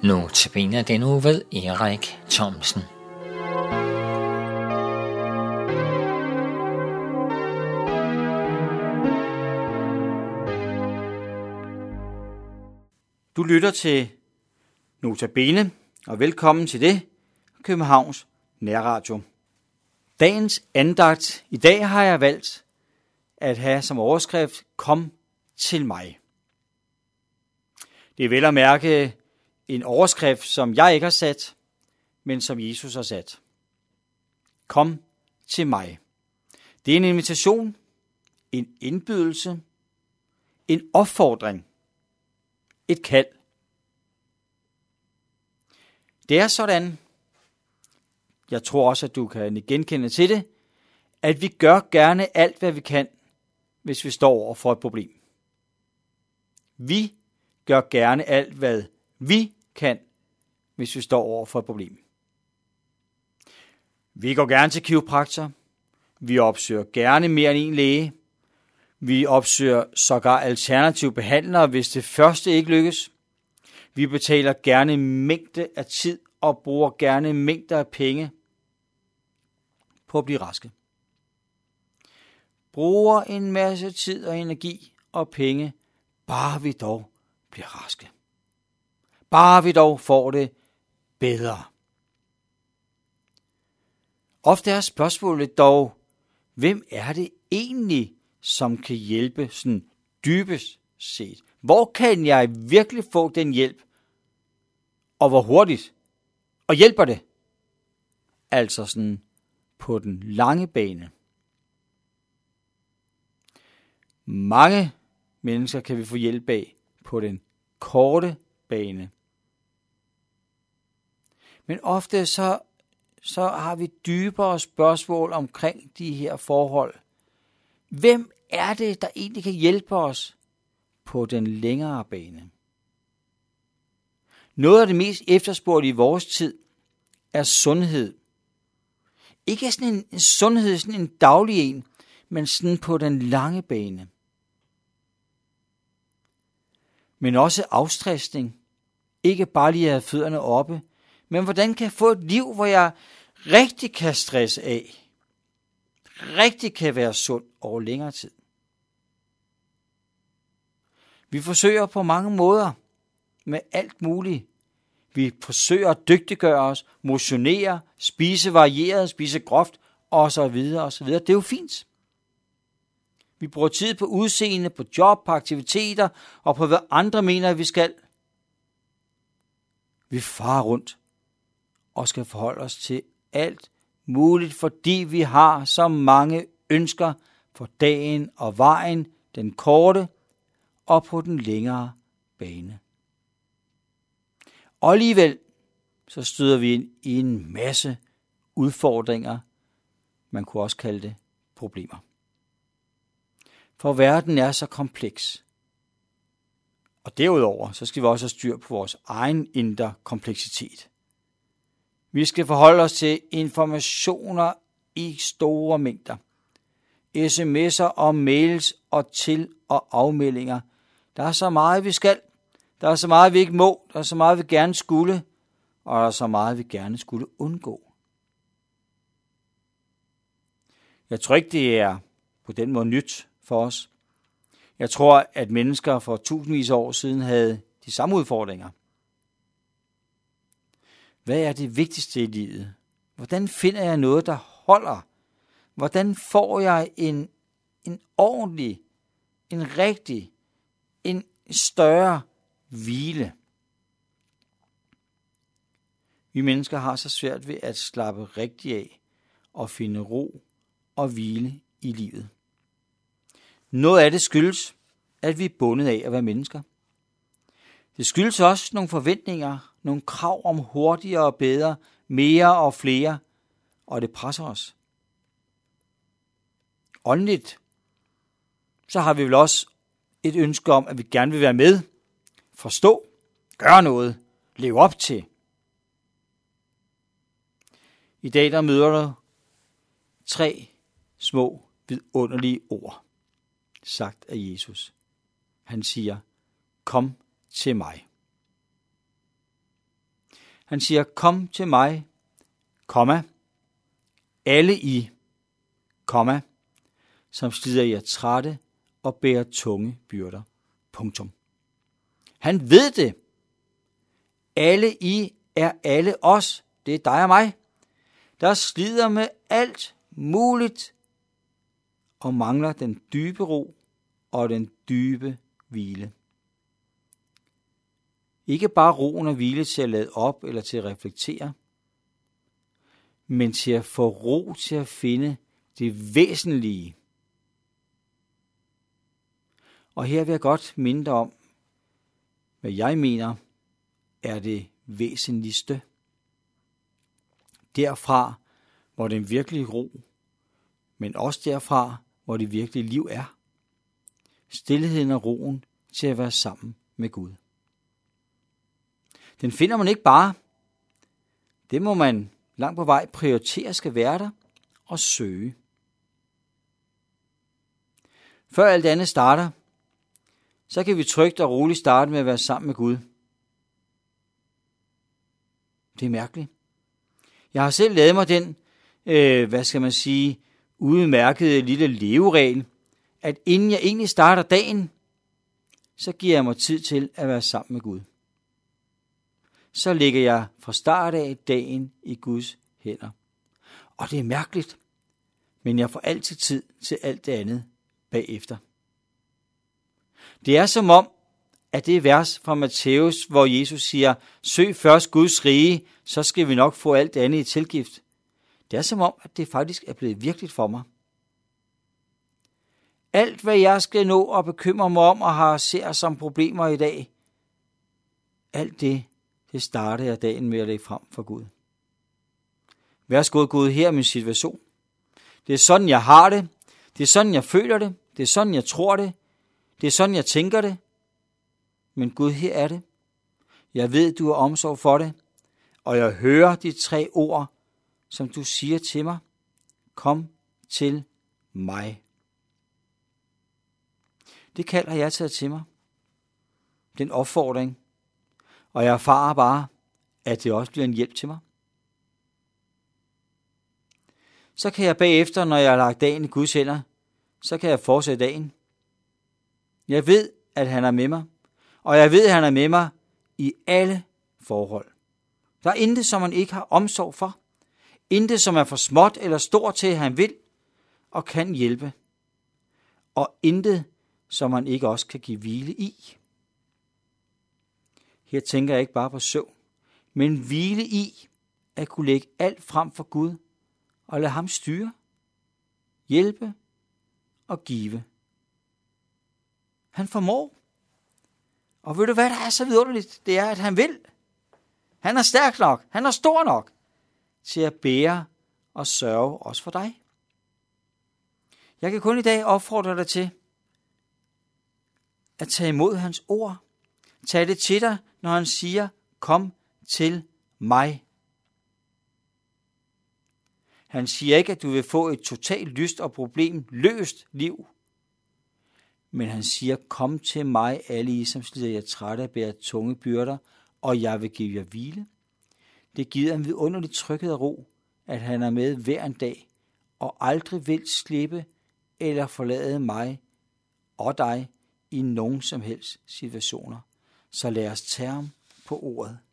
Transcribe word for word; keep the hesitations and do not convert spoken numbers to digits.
Notabene den uge ved Erik Thomsen. Du lytter til Notabene, og velkommen til det, Københavns Nærradio. Dagens andagt i dag har jeg valgt at have som overskrift, kom til mig. Det er vel at mærke en overskrift, som jeg ikke har sat, men som Jesus har sat. Kom til mig. Det er en invitation, en indbydelse, en opfordring, et kald. Det er sådan, jeg tror også, at du kan genkende til det, at vi gør gerne alt, hvad vi kan, hvis vi står over for et problem. Vi gør gerne alt, hvad vi kan, hvis vi står over for et problem. Vi går gerne til kiropraktor. Vi opsøger gerne mere end en læge. Vi opsøger sågar alternative behandlere, hvis det første ikke lykkes. Vi betaler gerne mængde af tid og bruger gerne mængder af penge på at blive raske. Bruger en masse tid og energi og penge, bare vi dog bliver raske. Bare vi dog får det bedre. Ofte er spørgsmålet dog, hvem er det egentlig, som kan hjælpe sådan dybest set? Hvor kan jeg virkelig få den hjælp? Og hvor hurtigt? Og hjælper det? Altså sådan på den lange bane. Mange mennesker kan vi få hjælp af på den korte bane. Men ofte så, så har vi dybere spørgsmål omkring de her forhold. Hvem er det, der egentlig kan hjælpe os på den længere bane? Noget af det mest efterspurgte i vores tid er sundhed. Ikke sådan en, en sundhed, sådan en daglig en, men sådan på den lange bane. Men også afstressning. Ikke bare lige at have fødderne oppe, men hvordan kan jeg få et liv, hvor jeg rigtig kan stresse af? Rigtig kan være sund over længere tid. Vi forsøger på mange måder med alt muligt. Vi forsøger at dygtiggøre os, motionere, spise varieret, spise groft osv. osv. Det er jo fint. Vi bruger tid på udseende, på job, på aktiviteter og på hvad andre mener, vi skal. Vi farer rundt og skal forholde os til alt muligt, fordi vi har så mange ønsker for dagen og vejen, den korte og på den længere bane. Og alligevel så støder vi ind i en masse udfordringer, man kunne også kalde det problemer. For verden er så kompleks. Og derudover så skal vi også have styr på vores egen indre kompleksitet. Vi skal forholde os til informationer i store mængder. sms'er og mails og til- og afmeldinger. Der er så meget, vi skal. Der er så meget, vi ikke må. Der er så meget, vi gerne skulle. Og der er så meget, vi gerne skulle undgå. Jeg tror ikke, det er på den måde nyt for os. Jeg tror, at mennesker for tusindvis af år siden havde de samme udfordringer. Hvad er det vigtigste i livet? Hvordan finder jeg noget, der holder? Hvordan får jeg en, en ordentlig, en rigtig, en større hvile? Vi mennesker har så svært ved at slappe rigtig af og finde ro og hvile i livet. Noget af det skyldes, at vi er bundet af at være mennesker. Det skyldes også nogle forventninger, nogle krav om hurtigere og bedre, mere og flere, og det presser os. Åndeligt, så har vi vel også et ønske om, at vi gerne vil være med, forstå, gøre noget, leve op til. I dag der møder du tre små vidunderlige ord, sagt af Jesus. Han siger, kom til mig. Han siger, kom til mig, komma, alle I, komma, som slider jer trætte og bærer tunge byrder. Punktum. Han ved det. Alle I er alle os. Det er dig og mig, der slider med alt muligt og mangler den dybe ro og den dybe hvile. Ikke bare roen og hvile til at lade op eller til at reflektere, men til at få ro til at finde det væsentlige. Og her vil jeg godt minde dig om, hvad jeg mener er det væsentligste. Derfra, hvor den virkelige ro, men også derfra, hvor det virkelige liv er. Stilheden og roen til at være sammen med Gud. Den finder man ikke bare. Det må man langt på vej prioritere skal være der og søge. Før alt andet starter, så kan vi trygt og roligt starte med at være sammen med Gud. Det er mærkeligt. Jeg har selv lavet mig den, øh, hvad skal man sige, udmærkede lille leveregel, at inden jeg egentlig starter dagen, så giver jeg mig tid til at være sammen med Gud. Så lægger jeg fra start af dagen i Guds hænder. Og det er mærkeligt, men jeg får altid tid til alt det andet bagefter. Det er som om, at det er vers fra Matthæus, hvor Jesus siger, søg først Guds rige, så skal vi nok få alt det andet i tilgift. Det er som om, at det faktisk er blevet virkeligt for mig. Alt, hvad jeg skal nå og bekymre mig om og har ser som problemer i dag, alt det, det starter jeg dagen med at lægge frem for Gud. Værsgo Gud, her er min situation. Det er sådan, jeg har det. Det er sådan, jeg føler det. Det er sådan, jeg tror det. Det er sådan, jeg tænker det. Men Gud, her er det. Jeg ved, du har omsorg for det. Og jeg hører de tre ord, som du siger til mig. Kom til mig. Det kalder jeg taget til mig. Det er en opfordring. Og jeg erfarer bare, at det også bliver en hjælp til mig. Så kan jeg bagefter, når jeg har lagt dagen i Guds hænder, så kan jeg fortsætte dagen. Jeg ved, at han er med mig. Og jeg ved, at han er med mig i alle forhold. Der er intet, som han ikke har omsorg for. Intet, som er for småt eller stort til, at han vil og kan hjælpe. Og intet, som han ikke også kan give hvile i. Her tænker jeg ikke bare på søvn, men hvile i at kunne lægge alt frem for Gud og lade ham styre, hjælpe og give. Han formår. Og ved du hvad, der er så vidunderligt? Det er, at han vil. Han er stærk nok, han er stor nok til at bære og sørge også for dig. Jeg kan kun i dag opfordre dig til at tage imod hans ord. Tag det til dig, når han siger, kom til mig. Han siger ikke, at du vil få et totalt lyst og problemløst liv. Men han siger, kom til mig, alle I, som slider jer trætte og bærer tunge byrder, og jeg vil give jer hvile. Det giver en vidunderlig tryghed og ro, at han er med hver en dag, og aldrig vil slippe eller forlade mig og dig i nogen som helst situationer. Så lad os tage ham på ordet.